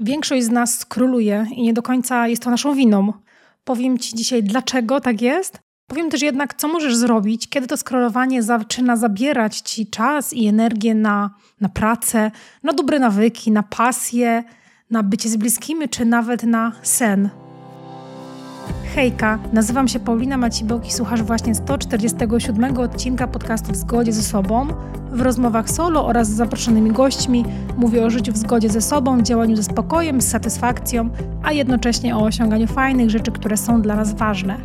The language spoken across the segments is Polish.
Większość z nas skroluje i nie do końca jest to naszą winą. Powiem Ci dzisiaj, dlaczego tak jest. Powiem też jednak, co możesz zrobić, kiedy to scrollowanie zaczyna zabierać Ci czas i energię na pracę, na dobre nawyki, na pasję, na bycie z bliskimi, czy nawet na sen. Hejka, nazywam się Paulina Maciejbok i słuchasz właśnie 147 odcinka podcastu W zgodzie ze sobą. W rozmowach solo oraz z zaproszonymi gośćmi mówię o życiu w zgodzie ze sobą, działaniu ze spokojem, z satysfakcją, a jednocześnie o osiąganiu fajnych rzeczy, które są dla nas ważne.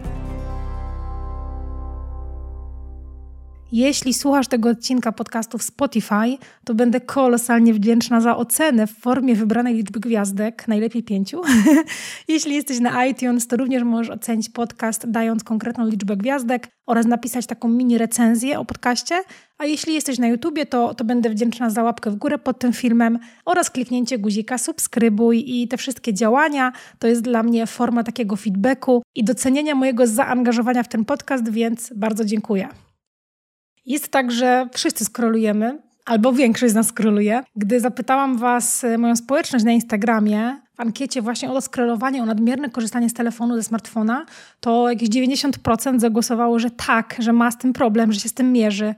Jeśli słuchasz tego odcinka podcastu w Spotify, to będę kolosalnie wdzięczna za ocenę w formie wybranej liczby gwiazdek, najlepiej 5. Jeśli jesteś na iTunes, to również możesz ocenić podcast dając konkretną liczbę gwiazdek oraz napisać taką mini recenzję o podcaście. A jeśli jesteś na YouTubie, to będę wdzięczna za łapkę w górę pod tym filmem oraz kliknięcie guzika subskrybuj i te wszystkie działania. To jest dla mnie forma takiego feedbacku i docenienia mojego zaangażowania w ten podcast, więc bardzo dziękuję. Jest tak, że wszyscy scrollujemy, albo większość z nas scrolluje. Gdy zapytałam Was, moją społeczność na Instagramie, w ankiecie właśnie o to scrollowanie, o nadmierne korzystanie z telefonu, ze smartfona, to jakieś 90% zagłosowało, że tak, że ma z tym problem, że się z tym mierzy.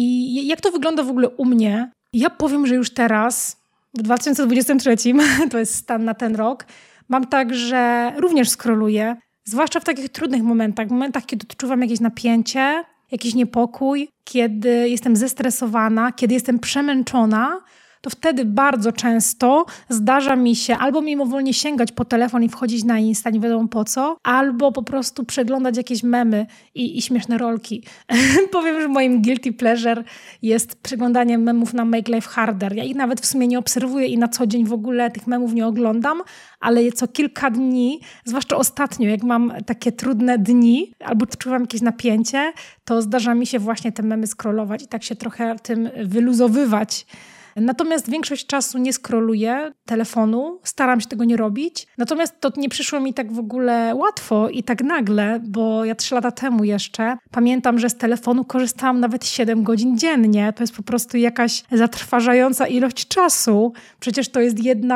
I jak to wygląda w ogóle u mnie? Ja powiem, że już teraz, w 2023, to jest stan na ten rok, mam tak, że również scrolluję, zwłaszcza w takich trudnych momentach, kiedy odczuwam jakieś napięcie, jakiś niepokój, kiedy jestem zestresowana, kiedy jestem przemęczona, to wtedy bardzo często zdarza mi się albo mimowolnie sięgać po telefon i wchodzić na Insta, nie wiadomo po co, albo po prostu przeglądać jakieś memy i śmieszne rolki. Powiem, że moim guilty pleasure jest przeglądanie memów na Make Life Harder. Ja ich nawet w sumie nie obserwuję i na co dzień w ogóle tych memów nie oglądam, ale co kilka dni, zwłaszcza ostatnio, jak mam takie trudne dni albo odczuwam jakieś napięcie, to zdarza mi się właśnie te memy scrollować i tak się trochę tym wyluzowywać. Natomiast większość czasu nie scrolluję telefonu, staram się tego nie robić. Natomiast to nie przyszło mi tak w ogóle łatwo i tak nagle, bo ja 3 lata temu jeszcze pamiętam, że z telefonu korzystałam nawet 7 godzin dziennie. To jest po prostu jakaś zatrważająca ilość czasu. Przecież to jest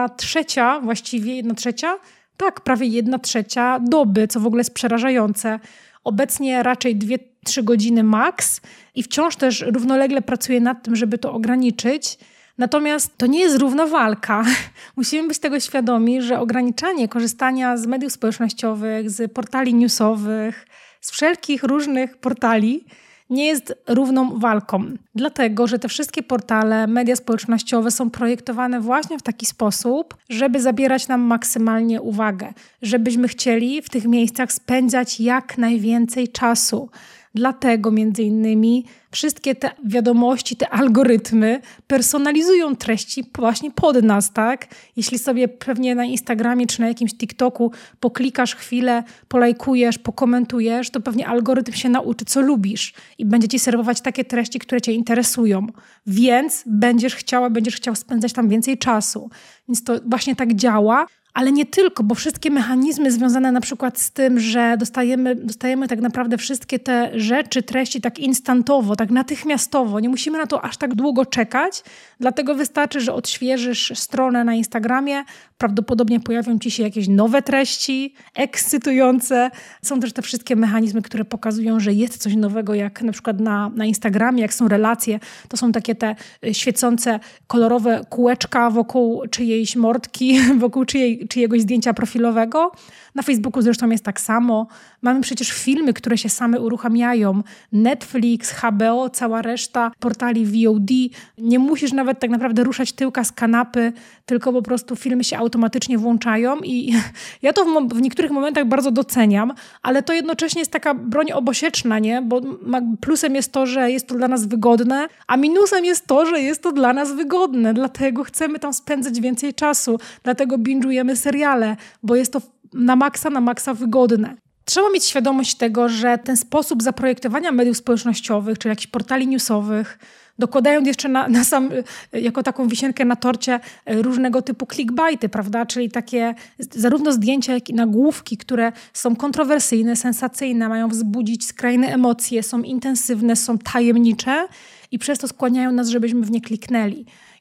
1/3, właściwie 1/3? Tak, prawie 1/3 doby, co w ogóle jest przerażające. Obecnie raczej 2-3 godziny max i wciąż też równolegle pracuję nad tym, żeby to ograniczyć. Natomiast to nie jest równa walka. Musimy być tego świadomi, że ograniczanie korzystania z mediów społecznościowych, z portali newsowych, z wszelkich różnych portali nie jest równą walką. Dlatego, że te wszystkie portale, media społecznościowe są projektowane właśnie w taki sposób, żeby zabierać nam maksymalnie uwagę. Żebyśmy chcieli w tych miejscach spędzać jak najwięcej czasu. Dlatego między innymi wszystkie te wiadomości, te algorytmy personalizują treści właśnie pod nas, tak? Jeśli sobie pewnie na Instagramie czy na jakimś TikToku poklikasz chwilę, polajkujesz, pokomentujesz, to pewnie algorytm się nauczy, co lubisz i będzie ci serwować takie treści, które cię interesują. Więc będziesz chciał spędzać tam więcej czasu. Więc to właśnie tak działa. Ale nie tylko, bo wszystkie mechanizmy związane na przykład z tym, że dostajemy tak naprawdę wszystkie te rzeczy, treści tak instantowo, tak natychmiastowo. Nie musimy na to aż tak długo czekać, dlatego wystarczy, że odświeżysz stronę na Instagramie, prawdopodobnie pojawią ci się jakieś nowe treści, ekscytujące. Są też te wszystkie mechanizmy, które pokazują, że jest coś nowego, jak na przykład na Instagramie, jak są relacje, to są takie te świecące, kolorowe kółeczka wokół czyjejś mordki, wokół czyjegoś zdjęcia profilowego. Na Facebooku zresztą jest tak samo. Mamy przecież filmy, które się same uruchamiają. Netflix, HBO, cała reszta portali VOD. Nie musisz nawet tak naprawdę ruszać tyłka z kanapy, tylko po prostu filmy się automatycznie włączają i ja to w niektórych momentach bardzo doceniam, ale to jednocześnie jest taka broń obosieczna, nie? Bo plusem jest to, że jest to dla nas wygodne, a minusem jest to, że jest to dla nas wygodne. Dlatego chcemy tam spędzać więcej czasu, dlatego binge'ujemy seriale, bo jest to na maksa wygodne. Trzeba mieć świadomość tego, że ten sposób zaprojektowania mediów społecznościowych, czy jakichś portali newsowych, dokładając jeszcze na sam, jako taką wisienkę na torcie różnego typu clickbaity, prawda? Czyli takie zarówno zdjęcia, jak i nagłówki, które są kontrowersyjne, sensacyjne, mają wzbudzić skrajne emocje, są intensywne, są tajemnicze i przez to skłaniają nas, żebyśmy w nie kliknęli.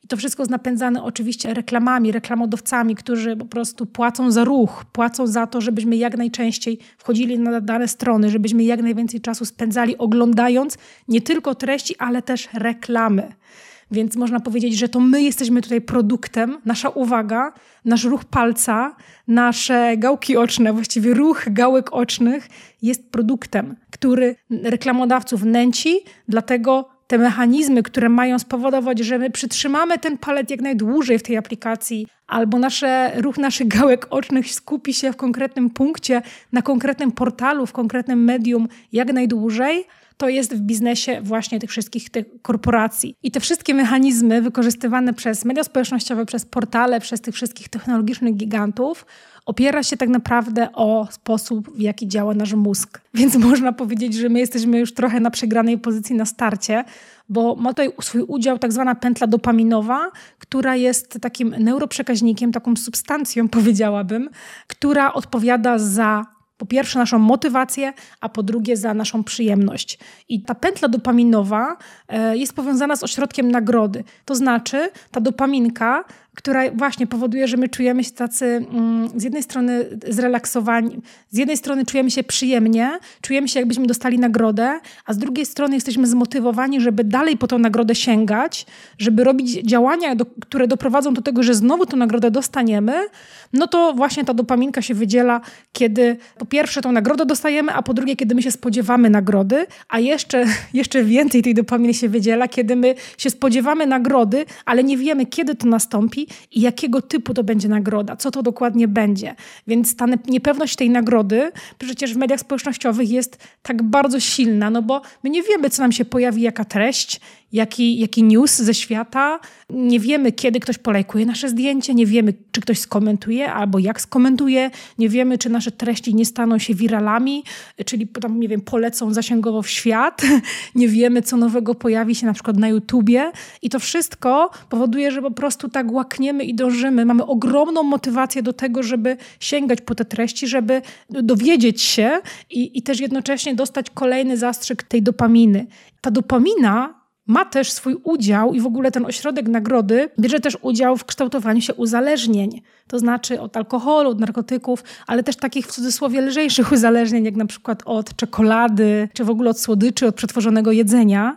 I to wszystko jest napędzane oczywiście reklamami, reklamodawcami, którzy po prostu płacą za ruch, płacą za to, żebyśmy jak najczęściej wchodzili na dane strony, żebyśmy jak najwięcej czasu spędzali oglądając nie tylko treści, ale też reklamy. Więc można powiedzieć, że to my jesteśmy tutaj produktem, nasza uwaga, nasz ruch palca, nasze gałki oczne, właściwie ruch gałek ocznych jest produktem, który reklamodawców nęci, dlatego te mechanizmy, które mają spowodować, że my przytrzymamy ten palec jak najdłużej w tej aplikacji, albo ruch naszych gałek ocznych skupi się w konkretnym punkcie, na konkretnym portalu, w konkretnym medium jak najdłużej, to jest w biznesie właśnie tych wszystkich korporacji. I te wszystkie mechanizmy wykorzystywane przez media społecznościowe, przez portale, przez tych wszystkich technologicznych gigantów opiera się tak naprawdę o sposób, w jaki działa nasz mózg. Więc można powiedzieć, że my jesteśmy już trochę na przegranej pozycji na starcie, bo ma tutaj swój udział tak zwana pętla dopaminowa, która jest takim neuroprzekaźnikiem, taką substancją, powiedziałabym, która odpowiada za po pierwsze naszą motywację, a po drugie za naszą przyjemność. I ta pętla dopaminowa jest powiązana z ośrodkiem nagrody. To znaczy ta dopaminka, która właśnie powoduje, że my czujemy się tacy z jednej strony zrelaksowani, z jednej strony czujemy się przyjemnie, czujemy się jakbyśmy dostali nagrodę, a z drugiej strony jesteśmy zmotywowani, żeby dalej po tą nagrodę sięgać, żeby robić działania, które doprowadzą do tego, że znowu tę nagrodę dostaniemy, no to właśnie ta dopaminka się wydziela, kiedy po pierwsze tą nagrodę dostajemy, a po drugie, kiedy my się spodziewamy nagrody, a jeszcze więcej tej dopaminy się wydziela, kiedy my się spodziewamy nagrody, ale nie wiemy, kiedy to nastąpi i jakiego typu to będzie nagroda, co to dokładnie będzie. Więc ta niepewność tej nagrody przecież w mediach społecznościowych jest tak bardzo silna, no bo my nie wiemy, co nam się pojawi, jaka treść, jaki news ze świata. Nie wiemy, kiedy ktoś polajkuje nasze zdjęcie, nie wiemy, czy ktoś skomentuje albo jak skomentuje, nie wiemy, czy nasze treści nie staną się wiralami, czyli tam, nie wiem, polecą zasięgowo w świat. Nie wiemy, co nowego pojawi się na przykład na YouTubie i to wszystko powoduje, że po prostu tak łakniemy i dążymy. Mamy ogromną motywację do tego, żeby sięgać po te treści, żeby dowiedzieć się i też jednocześnie dostać kolejny zastrzyk tej dopaminy. Ta dopamina ma też swój udział i w ogóle ten ośrodek nagrody bierze też udział w kształtowaniu się uzależnień. To znaczy od alkoholu, od narkotyków, ale też takich w cudzysłowie lżejszych uzależnień, jak na przykład od czekolady, czy w ogóle od słodyczy, od przetworzonego jedzenia.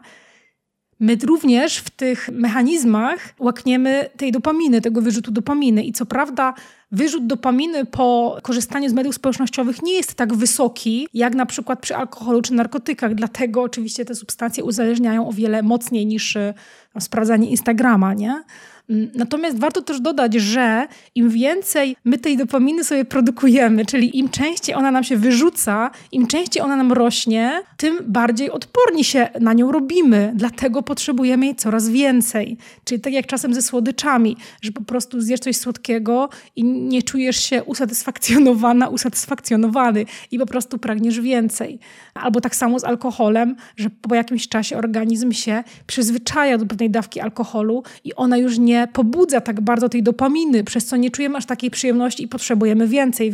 My również w tych mechanizmach łakniemy tej dopaminy, tego wyrzutu dopaminy. I co prawda wyrzut dopaminy po korzystaniu z mediów społecznościowych nie jest tak wysoki, jak na przykład przy alkoholu czy narkotykach. Dlatego oczywiście te substancje uzależniają o wiele mocniej niż sprawdzanie Instagrama, nie? Natomiast warto też dodać, że im więcej my tej dopaminy sobie produkujemy, czyli im częściej ona nam się wyrzuca, im częściej ona nam rośnie, tym bardziej odporni się na nią robimy. Dlatego potrzebujemy jej coraz więcej. Czyli tak jak czasem ze słodyczami, że po prostu zjesz coś słodkiego i nie czujesz się usatysfakcjonowana, usatysfakcjonowany i po prostu pragniesz więcej. Albo tak samo z alkoholem, że po jakimś czasie organizm się przyzwyczaja do pewnej dawki alkoholu i ona już nie pobudza tak bardzo tej dopaminy, przez co nie czujemy aż takiej przyjemności i potrzebujemy więcej.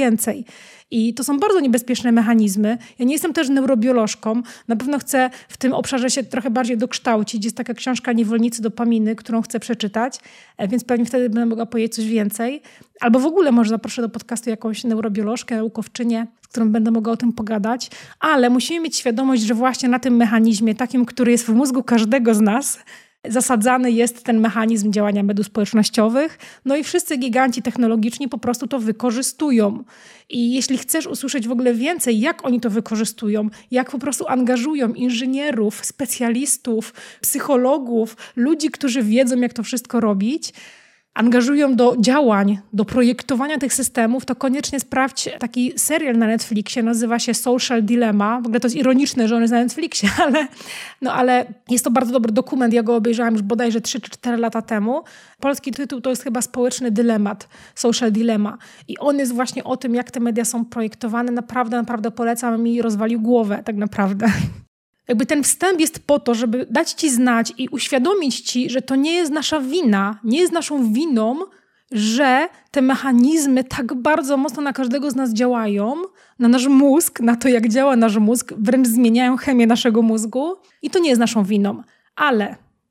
I to są bardzo niebezpieczne mechanizmy. Ja nie jestem też neurobiolożką. Na pewno chcę w tym obszarze się trochę bardziej dokształcić. Jest taka książka Niewolnicy dopaminy, którą chcę przeczytać, więc pewnie wtedy będę mogła powiedzieć coś więcej. Albo w ogóle może zaproszę do podcastu jakąś neurobiolożkę, naukowczynię, z którą będę mogła o tym pogadać. Ale musimy mieć świadomość, że właśnie na tym mechanizmie, takim, który jest w mózgu każdego z nas, zasadzany jest ten mechanizm działania mediów społecznościowych. No i wszyscy giganci technologiczni po prostu to wykorzystują. I jeśli chcesz usłyszeć w ogóle więcej, jak oni to wykorzystują, jak po prostu angażują inżynierów, specjalistów, psychologów, ludzi, którzy wiedzą, jak to wszystko robić, angażują do działań, do projektowania tych systemów, to koniecznie sprawdź taki serial na Netflixie, nazywa się Social Dilemma. W ogóle to jest ironiczne, że on jest na Netflixie, ale jest to bardzo dobry dokument. Ja go obejrzałam już bodajże 3 czy 4 lata temu. Polski tytuł to jest chyba Społeczny Dylemat, Social Dilemma. I on jest właśnie o tym, jak te media są projektowane. Naprawdę polecam, mi rozwalił głowę tak naprawdę. Jakby ten wstęp jest po to, żeby dać ci znać i uświadomić ci, że to nie jest nasza wina, nie jest naszą winą, że te mechanizmy tak bardzo mocno na każdego z nas działają, na nasz mózg, na to, jak działa nasz mózg, wręcz zmieniają chemię naszego mózgu i to nie jest naszą winą. Ale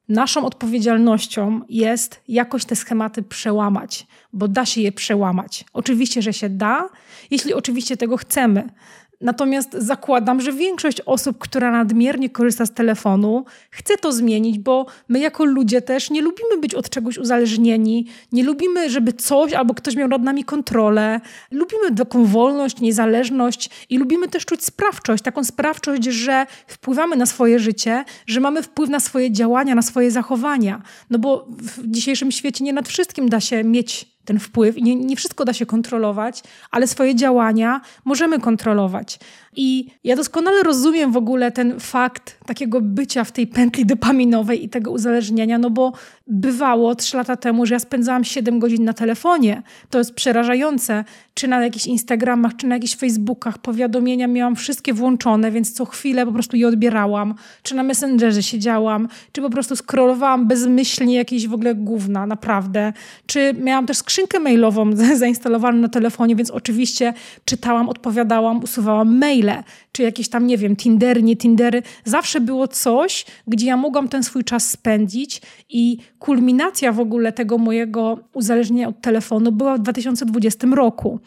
Naszą odpowiedzialnością jest jakoś te schematy przełamać, bo da się je przełamać. Oczywiście, że się da, jeśli oczywiście tego chcemy. Natomiast zakładam, że większość osób, która nadmiernie korzysta z telefonu, chce to zmienić, bo my jako ludzie też nie lubimy być od czegoś uzależnieni, nie lubimy, żeby coś albo ktoś miał nad nami kontrolę. Lubimy taką wolność, niezależność i lubimy też czuć sprawczość, taką sprawczość, że wpływamy na swoje życie, że mamy wpływ na swoje działania, na swoje zachowania. No bo w dzisiejszym świecie nie nad wszystkim da się mieć ten wpływ i nie wszystko da się kontrolować, ale swoje działania możemy kontrolować. I ja doskonale rozumiem w ogóle ten fakt takiego bycia w tej pętli dopaminowej i tego uzależnienia, no bo bywało 3 lata temu, że ja spędzałam 7 godzin na telefonie. To jest przerażające. Czy na jakichś Instagramach, czy na jakichś Facebookach powiadomienia miałam wszystkie włączone, więc co chwilę po prostu je odbierałam. Czy na Messengerze siedziałam, czy po prostu scrollowałam bezmyślnie jakieś w ogóle gówna, naprawdę. Czy miałam też skrzynkę mailową zainstalowaną na telefonie, więc oczywiście czytałam, odpowiadałam, usuwałam maile. Czy jakieś tam, nie wiem, Tindery, nie Tindery. Zawsze było coś, gdzie ja mogłam ten swój czas spędzić i kulminacja w ogóle tego mojego uzależnienia od telefonu była w 2020 roku,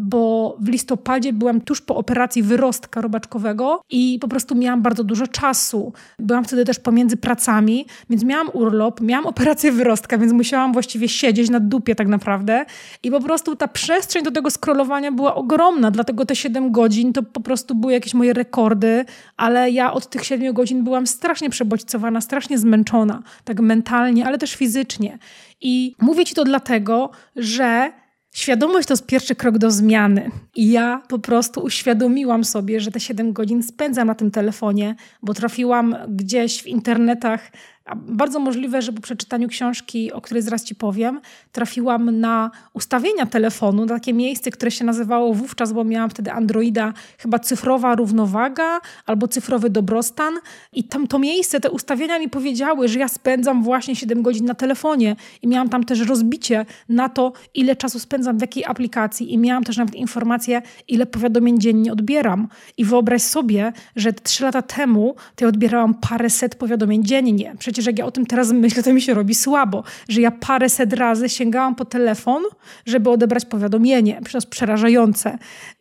bo w listopadzie byłam tuż po operacji wyrostka robaczkowego i po prostu miałam bardzo dużo czasu. Byłam wtedy też pomiędzy pracami, więc miałam urlop, miałam operację wyrostka, więc musiałam właściwie siedzieć na dupie tak naprawdę i po prostu ta przestrzeń do tego scrollowania była ogromna, dlatego te 7 godzin to po prostu były jakieś moje rekordy, ale ja od tych 7 godzin byłam strasznie przebodźcowana, strasznie zmęczona, tak mentalnie, ale też fizycznie. I mówię ci to dlatego, że świadomość to jest pierwszy krok do zmiany. I ja po prostu uświadomiłam sobie, że te 7 godzin spędzam na tym telefonie, bo trafiłam gdzieś w internetach, a bardzo możliwe, że po przeczytaniu książki, o której zaraz ci powiem, trafiłam na ustawienia telefonu, na takie miejsce, które się nazywało wówczas, bo miałam wtedy Androida, chyba cyfrowa równowaga albo cyfrowy dobrostan i tam to miejsce, te ustawienia mi powiedziały, że ja spędzam właśnie 7 godzin na telefonie i miałam tam też rozbicie na to, ile czasu spędzam w jakiej aplikacji i miałam też nawet informację, ile powiadomień dziennie odbieram. I wyobraź sobie, że 3 lata temu to ja odbierałam paręset powiadomień dziennie. Przecież jak ja o tym teraz myślę, to mi się robi słabo, że ja paręset razy sięgałam po telefon, żeby odebrać powiadomienie. Przecież to jest przerażające.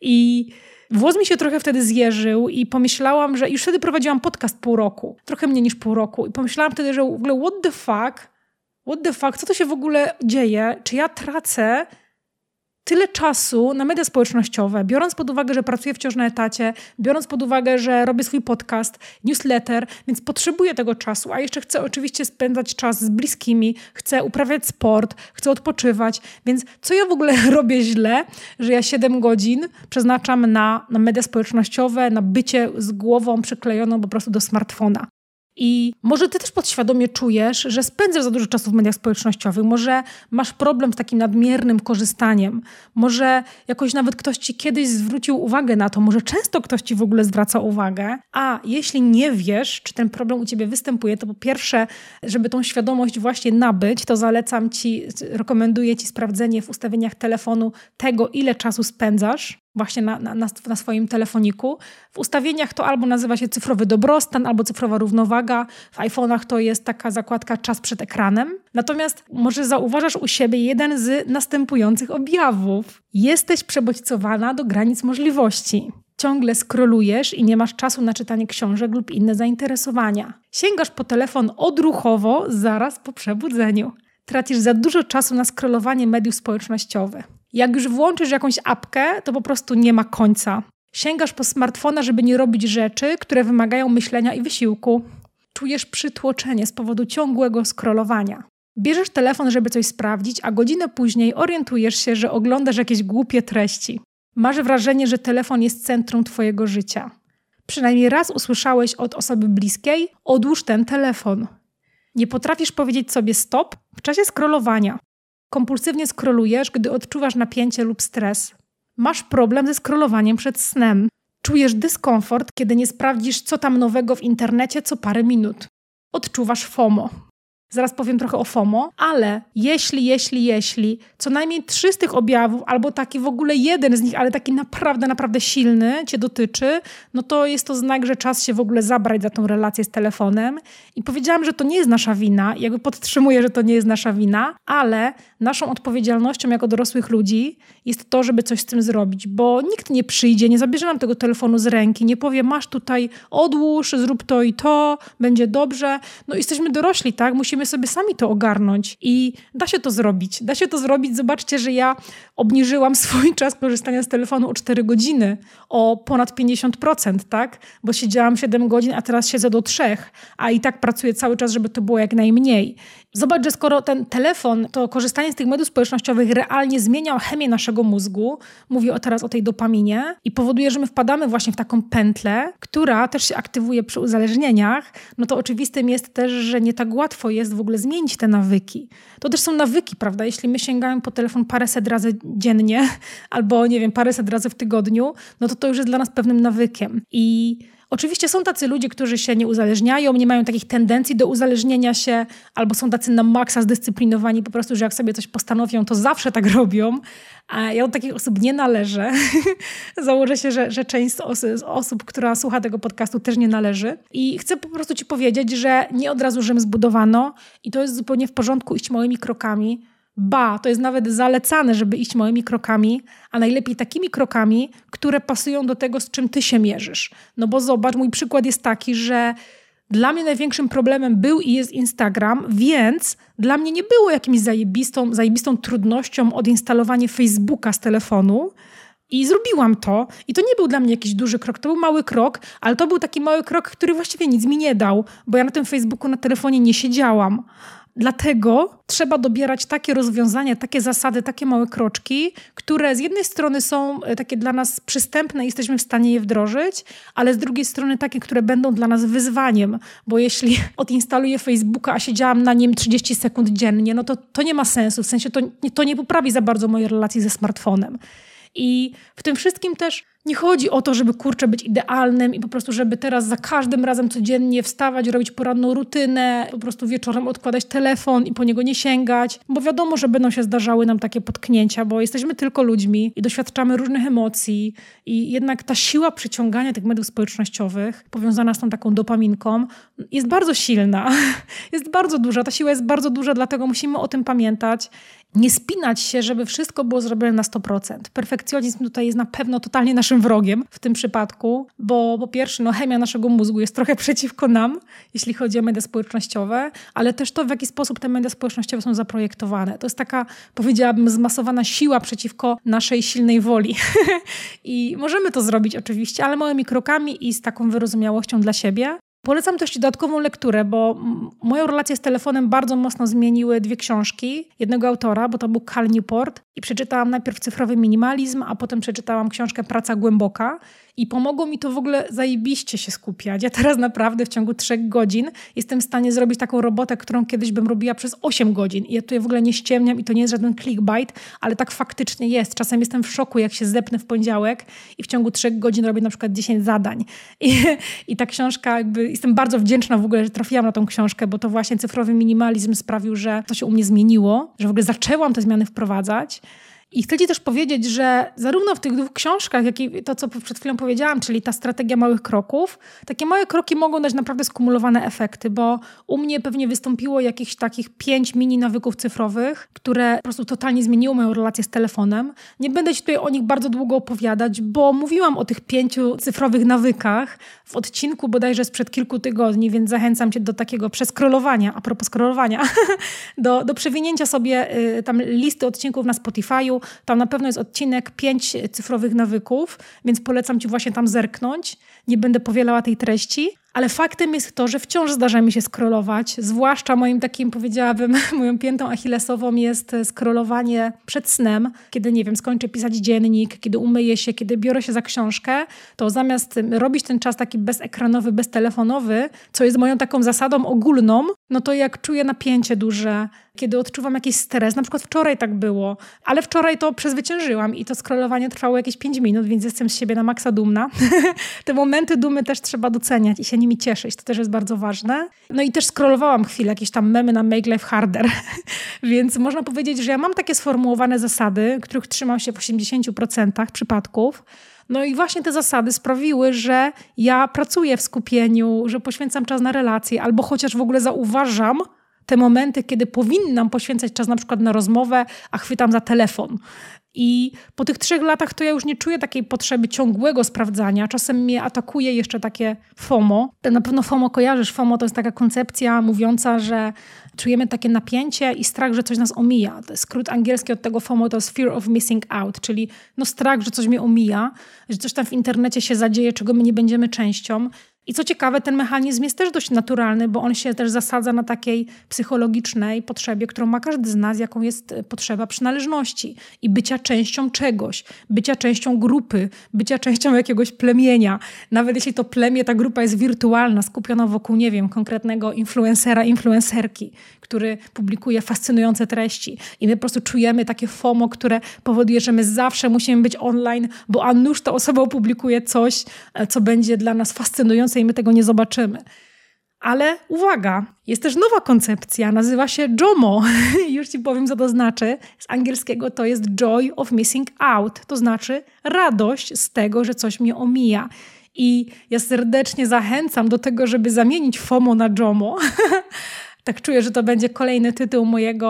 I włos mi się trochę wtedy zjeżył i pomyślałam, że już wtedy prowadziłam podcast pół roku, trochę mniej niż pół roku. I pomyślałam wtedy, że w ogóle what the fuck, co to się w ogóle dzieje? Czy ja tracę tyle czasu na media społecznościowe, biorąc pod uwagę, że pracuję wciąż na etacie, biorąc pod uwagę, że robię swój podcast, newsletter, więc potrzebuję tego czasu, a jeszcze chcę oczywiście spędzać czas z bliskimi, chcę uprawiać sport, chcę odpoczywać, więc co ja w ogóle robię źle, że ja 7 godzin przeznaczam na media społecznościowe, na bycie z głową przyklejoną po prostu do smartfona. I może ty też podświadomie czujesz, że spędzasz za dużo czasu w mediach społecznościowych, może masz problem z takim nadmiernym korzystaniem, może jakoś nawet ktoś ci kiedyś zwrócił uwagę na to, może często ktoś ci w ogóle zwraca uwagę, a jeśli nie wiesz, czy ten problem u ciebie występuje, to po pierwsze, żeby tą świadomość właśnie nabyć, to rekomenduję ci sprawdzenie w ustawieniach telefonu tego, ile czasu spędzasz właśnie na swoim telefoniku. W ustawieniach to albo nazywa się cyfrowy dobrostan, albo cyfrowa równowaga. W iPhone'ach to jest taka zakładka czas przed ekranem. Natomiast może zauważasz u siebie jeden z następujących objawów. Jesteś przebodźcowana do granic możliwości. Ciągle scrollujesz i nie masz czasu na czytanie książek lub inne zainteresowania. Sięgasz po telefon odruchowo zaraz po przebudzeniu. Tracisz za dużo czasu na scrollowanie mediów społecznościowych. Jak już włączysz jakąś apkę, to po prostu nie ma końca. Sięgasz po smartfona, żeby nie robić rzeczy, które wymagają myślenia i wysiłku. Czujesz przytłoczenie z powodu ciągłego scrollowania. Bierzesz telefon, żeby coś sprawdzić, a godzinę później orientujesz się, że oglądasz jakieś głupie treści. Masz wrażenie, że telefon jest centrum twojego życia. Przynajmniej raz usłyszałeś od osoby bliskiej: odłóż ten telefon. Nie potrafisz powiedzieć sobie stop w czasie scrollowania. Kompulsywnie scrollujesz, gdy odczuwasz napięcie lub stres. Masz problem ze scrollowaniem przed snem. Czujesz dyskomfort, kiedy nie sprawdzisz, co tam nowego w internecie co parę minut. Odczuwasz FOMO. Zaraz powiem trochę o FOMO, ale jeśli co najmniej 3 z tych objawów, albo taki w ogóle jeden z nich, ale taki naprawdę silny cię dotyczy, no to jest to znak, że czas się w ogóle zabrać za tą relację z telefonem. I powiedziałam, że to nie jest nasza wina, jakby podtrzymuję, że to nie jest nasza wina, ale naszą odpowiedzialnością jako dorosłych ludzi jest to, żeby coś z tym zrobić, bo nikt nie przyjdzie, nie zabierze nam tego telefonu z ręki, nie powie, masz tutaj, odłóż, zrób to i to, będzie dobrze. No jesteśmy dorośli, tak? Musimy sobie sami to ogarnąć i da się to zrobić. Da się to zrobić. Zobaczcie, że ja obniżyłam swój czas korzystania z telefonu o 4 godziny, o ponad 50%, tak? Bo siedziałam 7 godzin, a teraz siedzę do 3, a i tak pracuję cały czas, żeby to było jak najmniej. Zobacz, że skoro ten telefon, to korzystanie z tych mediów społecznościowych realnie zmienia chemię naszego mózgu, mówię teraz o tej dopaminie i powoduje, że my wpadamy właśnie w taką pętlę, która też się aktywuje przy uzależnieniach, no to oczywistym jest też, że nie tak łatwo jest w ogóle zmienić te nawyki. To też są nawyki, prawda? Jeśli my sięgamy po telefon paręset razy dziennie albo, nie wiem, paręset razy w tygodniu, no to już jest dla nas pewnym nawykiem. I oczywiście są tacy ludzie, którzy się nie uzależniają, nie mają takich tendencji do uzależnienia się, albo są tacy na maksa zdyscyplinowani po prostu, że jak sobie coś postanowią, to zawsze tak robią. A ja do takich osób nie należę. Założę się, że część z osób, która słucha tego podcastu, też nie należy. I chcę po prostu ci powiedzieć, że nie od razu Rzym zbudowano i to jest zupełnie w porządku iść małymi krokami. To jest nawet zalecane, żeby iść małymi krokami, a najlepiej takimi krokami, które pasują do tego, z czym ty się mierzysz. No bo zobacz, mój przykład jest taki, że dla mnie największym problemem był i jest Instagram, więc dla mnie nie było jakimś zajebistą trudnością odinstalowanie Facebooka z telefonu. I zrobiłam to. I to nie był dla mnie jakiś duży krok, to był mały krok, ale to był taki mały krok, który właściwie nic mi nie dał, bo ja na tym Facebooku na telefonie nie siedziałam. Dlatego trzeba dobierać takie rozwiązania, takie zasady, takie małe kroczki, które z jednej strony są takie dla nas przystępne i jesteśmy w stanie je wdrożyć, ale z drugiej strony takie, które będą dla nas wyzwaniem, bo jeśli odinstaluję Facebooka, a siedziałam na nim 30 sekund dziennie, no to nie ma sensu, w sensie to nie poprawi za bardzo mojej relacji ze smartfonem. I w tym wszystkim też nie chodzi o to, żeby być idealnym i po prostu, żeby teraz za każdym razem codziennie wstawać, robić poranną rutynę, po prostu wieczorem odkładać telefon i po niego nie sięgać, bo wiadomo, że będą się zdarzały nam takie potknięcia, bo jesteśmy tylko ludźmi i doświadczamy różnych emocji i jednak ta siła przyciągania tych mediów społecznościowych powiązana z tą taką dopaminką jest bardzo silna, jest bardzo duża, ta siła jest bardzo duża, dlatego musimy o tym pamiętać. Nie spinać się, żeby wszystko było zrobione na 100%. Perfekcjonizm tutaj jest na pewno totalnie naszym wrogiem w tym przypadku, bo po pierwsze chemia naszego mózgu jest trochę przeciwko nam, jeśli chodzi o media społecznościowe, ale też to, w jaki sposób te media społecznościowe są zaprojektowane. To jest taka, powiedziałabym, zmasowana siła przeciwko naszej silnej woli. I możemy to zrobić oczywiście, ale małymi krokami i z taką wyrozumiałością dla siebie. Polecam też ci dodatkową lekturę, bo moją relację z telefonem bardzo mocno zmieniły 2 książki jednego autora, bo to był Cal Newport i przeczytałam najpierw Cyfrowy minimalizm, a potem przeczytałam książkę Praca głęboka i pomogło mi to w ogóle zajebiście się skupiać. Ja teraz naprawdę w ciągu 3 godzin jestem w stanie zrobić taką robotę, którą kiedyś bym robiła przez 8 godzin. I ja tutaj w ogóle nie ściemniam i to nie jest żaden clickbait, ale tak faktycznie jest. Czasem jestem w szoku, jak się zepnę w poniedziałek i w ciągu 3 godzin robię na przykład 10 zadań. I ta książka, jestem bardzo wdzięczna w ogóle, że trafiłam na tą książkę, bo to właśnie cyfrowy minimalizm sprawił, że to się u mnie zmieniło, że w ogóle zaczęłam te zmiany wprowadzać. I chcę ci też powiedzieć, że zarówno w tych 2 książkach, jak i to, co przed chwilą powiedziałam, czyli ta strategia małych kroków, takie małe kroki mogą dać naprawdę skumulowane efekty, bo u mnie pewnie wystąpiło jakichś takich 5 mini nawyków cyfrowych, które po prostu totalnie zmieniły moją relację z telefonem. Nie będę ci tutaj o nich bardzo długo opowiadać, bo mówiłam o tych 5 cyfrowych nawykach w odcinku bodajże sprzed kilku tygodni, więc zachęcam cię do takiego przeskrolowania, a propos scrollowania, do przewinięcia sobie tam listy odcinków na Spotify'u. Tam na pewno jest odcinek 5 cyfrowych nawyków, więc polecam ci właśnie tam zerknąć. Nie będę powielała tej treści, ale faktem jest to, że wciąż zdarza mi się scrollować, zwłaszcza moim takim, powiedziałabym, moją piętą achillesową jest scrollowanie przed snem, kiedy, nie wiem, skończę pisać dziennik, kiedy umyję się, kiedy biorę się za książkę, to zamiast robić ten czas taki bezekranowy, beztelefonowy, co jest moją taką zasadą ogólną, no to jak czuję napięcie duże, kiedy odczuwam jakiś stres, na przykład wczoraj tak było, ale wczoraj to przezwyciężyłam i to scrollowanie trwało jakieś 5 minut, więc jestem z siebie na maksa dumna. Te momenty dumy też trzeba doceniać i się nimi cieszyć, to też jest bardzo ważne. No i też scrollowałam chwilę, jakieś tam memy na Make Life Harder, więc można powiedzieć, że ja mam takie sformułowane zasady, których trzymam się w 80% przypadków. No i właśnie te zasady sprawiły, że ja pracuję w skupieniu, że poświęcam czas na relacje, albo chociaż w ogóle zauważam te momenty, kiedy powinnam poświęcać czas na przykład na rozmowę, a chwytam za telefon. I po tych 3 latach to ja już nie czuję takiej potrzeby ciągłego sprawdzania. Czasem mnie atakuje jeszcze takie FOMO. Na pewno FOMO kojarzysz. FOMO to jest taka koncepcja mówiąca, że czujemy takie napięcie i strach, że coś nas omija. To jest skrót angielski od tego FOMO, to jest fear of missing out, czyli strach, że coś mnie omija, że coś tam w internecie się zadzieje, czego my nie będziemy częścią. I co ciekawe, ten mechanizm jest też dość naturalny, bo on się też zasadza na takiej psychologicznej potrzebie, którą ma każdy z nas, jaką jest potrzeba przynależności i bycia częścią czegoś, bycia częścią grupy, bycia częścią jakiegoś plemienia. Nawet jeśli to plemię, ta grupa jest wirtualna, skupiona wokół, nie wiem, konkretnego influencera, influencerki, który publikuje fascynujące treści. I my po prostu czujemy takie FOMO, które powoduje, że my zawsze musimy być online, bo a nuż ta osoba opublikuje coś, co będzie dla nas fascynujące i my tego nie zobaczymy. Ale uwaga, jest też nowa koncepcja, nazywa się JOMO. Już ci powiem, co to znaczy. Z angielskiego to jest joy of missing out, to znaczy radość z tego, że coś mnie omija. I ja serdecznie zachęcam do tego, żeby zamienić FOMO na JOMO. Tak czuję, że to będzie kolejny tytuł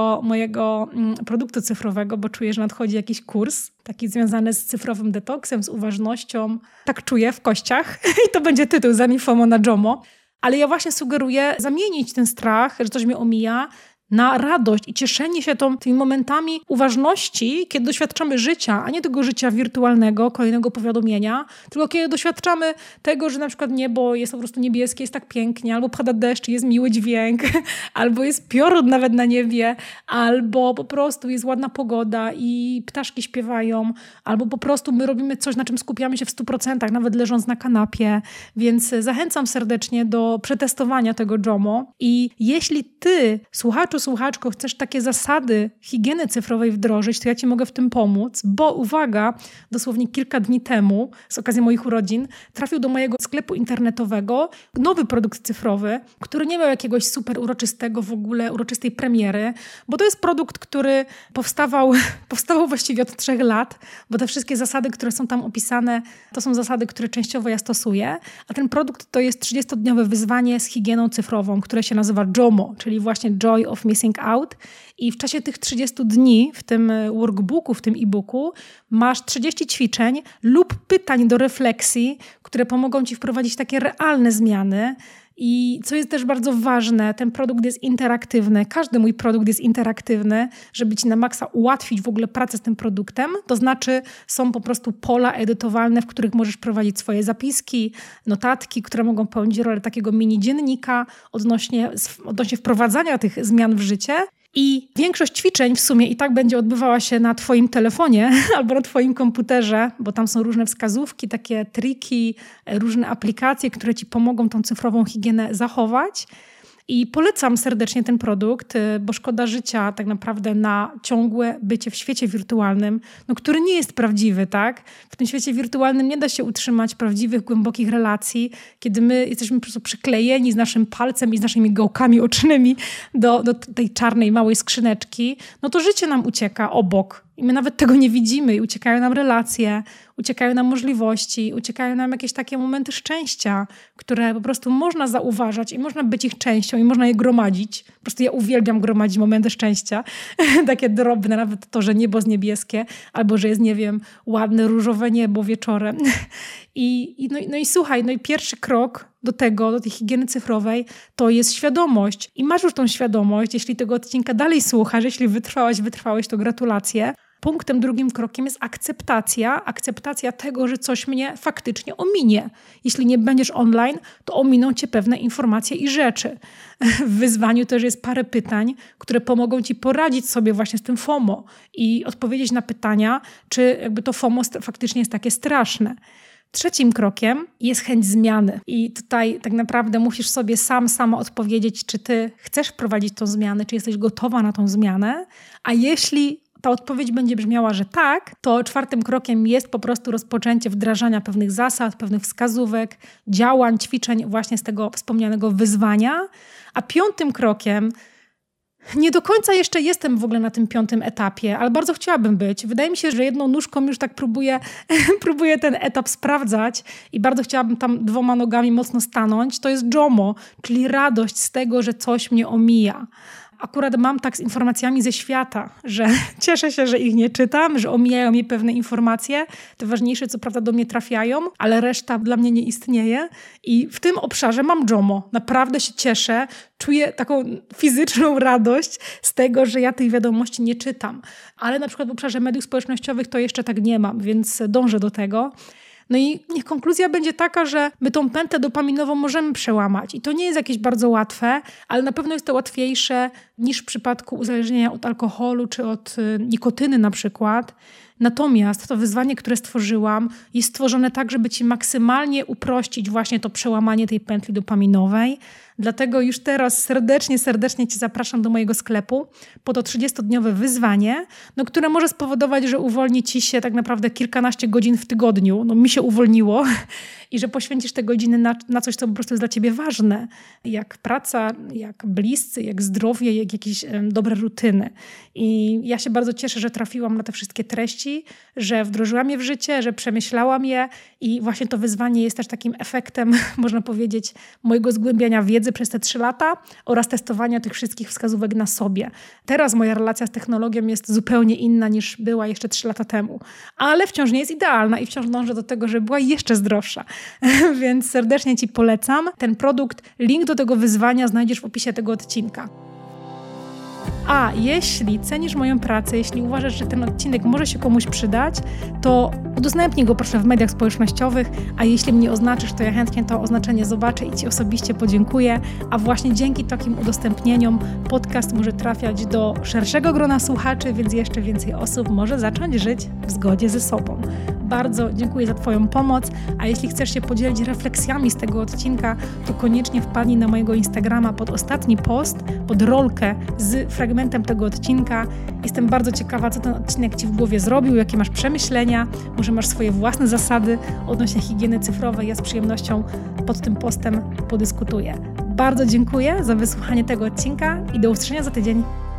mojego produktu cyfrowego, bo czuję, że nadchodzi jakiś kurs taki związany z cyfrowym detoksem, z uważnością. Tak czuję w kościach i to będzie tytuł zamień FOMO na JOMO. Ale ja właśnie sugeruję zamienić ten strach, że coś mnie omija, na radość i cieszenie się tymi momentami uważności, kiedy doświadczamy życia, a nie tego życia wirtualnego, kolejnego powiadomienia, tylko kiedy doświadczamy tego, że na przykład niebo jest po prostu niebieskie, jest tak pięknie, albo pada deszcz, jest miły dźwięk, albo jest piorun nawet na niebie, albo po prostu jest ładna pogoda i ptaszki śpiewają, albo po prostu my robimy coś, na czym skupiamy się w 100%, nawet leżąc na kanapie. Więc zachęcam serdecznie do przetestowania tego JOMO i jeśli ty, słuchaczko, chcesz takie zasady higieny cyfrowej wdrożyć, to ja ci mogę w tym pomóc, bo uwaga, dosłownie kilka dni temu, z okazji moich urodzin, trafił do mojego sklepu internetowego nowy produkt cyfrowy, który nie miał jakiegoś super uroczystego w ogóle, uroczystej premiery, bo to jest produkt, który powstawał właściwie od 3 lat, bo te wszystkie zasady, które są tam opisane, to są zasady, które częściowo ja stosuję, a ten produkt to jest 30-dniowe wyzwanie z higieną cyfrową, które się nazywa JOMO, czyli właśnie Joy of Missing Out. I w czasie tych 30 dni w tym workbooku, w tym e-booku masz 30 ćwiczeń lub pytań do refleksji, które pomogą ci wprowadzić takie realne zmiany. I co jest też bardzo ważne, ten produkt jest interaktywny. Każdy mój produkt jest interaktywny, żeby ci na maksa ułatwić w ogóle pracę z tym produktem. To znaczy są po prostu pola edytowalne, w których możesz prowadzić swoje zapiski, notatki, które mogą pełnić rolę takiego mini dziennika odnośnie wprowadzania tych zmian w życie. I większość ćwiczeń w sumie i tak będzie odbywała się na twoim telefonie albo na twoim komputerze, bo tam są różne wskazówki, takie triki, różne aplikacje, które ci pomogą tą cyfrową higienę zachować. I polecam serdecznie ten produkt, bo szkoda życia tak naprawdę na ciągłe bycie w świecie wirtualnym, który nie jest prawdziwy, tak? W tym świecie wirtualnym nie da się utrzymać prawdziwych, głębokich relacji, kiedy my jesteśmy po prostu przyklejeni z naszym palcem i z naszymi gałkami ocznymi do tej czarnej, małej skrzyneczki, to życie nam ucieka obok. I my nawet tego nie widzimy i uciekają nam relacje, uciekają nam możliwości, uciekają nam jakieś takie momenty szczęścia, które po prostu można zauważać i można być ich częścią i można je gromadzić. Po prostu ja uwielbiam gromadzić momenty szczęścia, takie drobne, nawet to, że niebo jest niebieskie, albo że jest, nie wiem, ładne, różowe niebo wieczorem. I słuchaj, i pierwszy krok do tej higieny cyfrowej, to jest świadomość. I masz już tą świadomość, jeśli tego odcinka dalej słuchasz, jeśli wytrwałeś, to gratulacje. Punktem drugim krokiem jest akceptacja tego, że coś mnie faktycznie ominie. Jeśli nie będziesz online, to ominą cię pewne informacje i rzeczy. W wyzwaniu też jest parę pytań, które pomogą ci poradzić sobie właśnie z tym FOMO i odpowiedzieć na pytania, czy jakby to FOMO faktycznie jest takie straszne. Trzecim krokiem jest chęć zmiany i tutaj tak naprawdę musisz sobie sama odpowiedzieć, czy ty chcesz wprowadzić tą zmianę, czy jesteś gotowa na tą zmianę, a jeśli ta odpowiedź będzie brzmiała, że tak, to czwartym krokiem jest po prostu rozpoczęcie wdrażania pewnych zasad, pewnych wskazówek, działań, ćwiczeń właśnie z tego wspomnianego wyzwania, a piątym krokiem nie do końca jeszcze jestem w ogóle na tym 5. etapie, ale bardzo chciałabym być. Wydaje mi się, że jedną nóżką już tak próbuję ten etap sprawdzać i bardzo chciałabym tam 2 nogami mocno stanąć. To jest JOMO, czyli radość z tego, że coś mnie omija. Akurat mam tak z informacjami ze świata, że cieszę się, że ich nie czytam, że omijają mnie pewne informacje. Te ważniejsze co prawda do mnie trafiają, ale reszta dla mnie nie istnieje. I w tym obszarze mam JOMO. Naprawdę się cieszę. Czuję taką fizyczną radość z tego, że ja tych wiadomości nie czytam. Ale na przykład w obszarze mediów społecznościowych to jeszcze tak nie mam, więc dążę do tego. No i niech konkluzja będzie taka, że my tą pętlę dopaminową możemy przełamać. I to nie jest jakieś bardzo łatwe, ale na pewno jest to łatwiejsze niż w przypadku uzależnienia od alkoholu czy od nikotyny na przykład. Natomiast to wyzwanie, które stworzyłam, jest stworzone tak, żeby ci maksymalnie uprościć właśnie to przełamanie tej pętli dopaminowej. Dlatego już teraz serdecznie cię zapraszam do mojego sklepu po to 30-dniowe wyzwanie, które może spowodować, że uwolni ci się tak naprawdę kilkanaście godzin w tygodniu. Mi się uwolniło i że poświęcisz te godziny na coś, co po prostu jest dla ciebie ważne. Jak praca, jak bliscy, jak zdrowie, jak jakieś dobre rutyny. I ja się bardzo cieszę, że trafiłam na te wszystkie treści, że wdrożyłam je w życie, że przemyślałam je i właśnie to wyzwanie jest też takim efektem, można powiedzieć, mojego zgłębiania wiedzy przez te 3 lata oraz testowania tych wszystkich wskazówek na sobie. Teraz moja relacja z technologią jest zupełnie inna niż była jeszcze 3 lata temu, ale wciąż nie jest idealna i wciąż dążę do tego, żeby była jeszcze zdrowsza. Więc serdecznie ci polecam ten produkt. Link do tego wyzwania znajdziesz w opisie tego odcinka. A jeśli cenisz moją pracę, jeśli uważasz, że ten odcinek może się komuś przydać, to udostępnij go proszę w mediach społecznościowych, a jeśli mnie oznaczysz, to ja chętnie to oznaczenie zobaczę i ci osobiście podziękuję, a właśnie dzięki takim udostępnieniom podcast może trafiać do szerszego grona słuchaczy, więc jeszcze więcej osób może zacząć żyć w zgodzie ze sobą. Bardzo dziękuję za twoją pomoc, a jeśli chcesz się podzielić refleksjami z tego odcinka, to koniecznie wpadnij na mojego Instagrama pod ostatni post, pod rolkę z fragmentem tego odcinka. Jestem bardzo ciekawa, co ten odcinek ci w głowie zrobił, jakie masz przemyślenia, może masz swoje własne zasady odnośnie higieny cyfrowej. Ja z przyjemnością pod tym postem podyskutuję. Bardzo dziękuję za wysłuchanie tego odcinka i do usłyszenia za tydzień.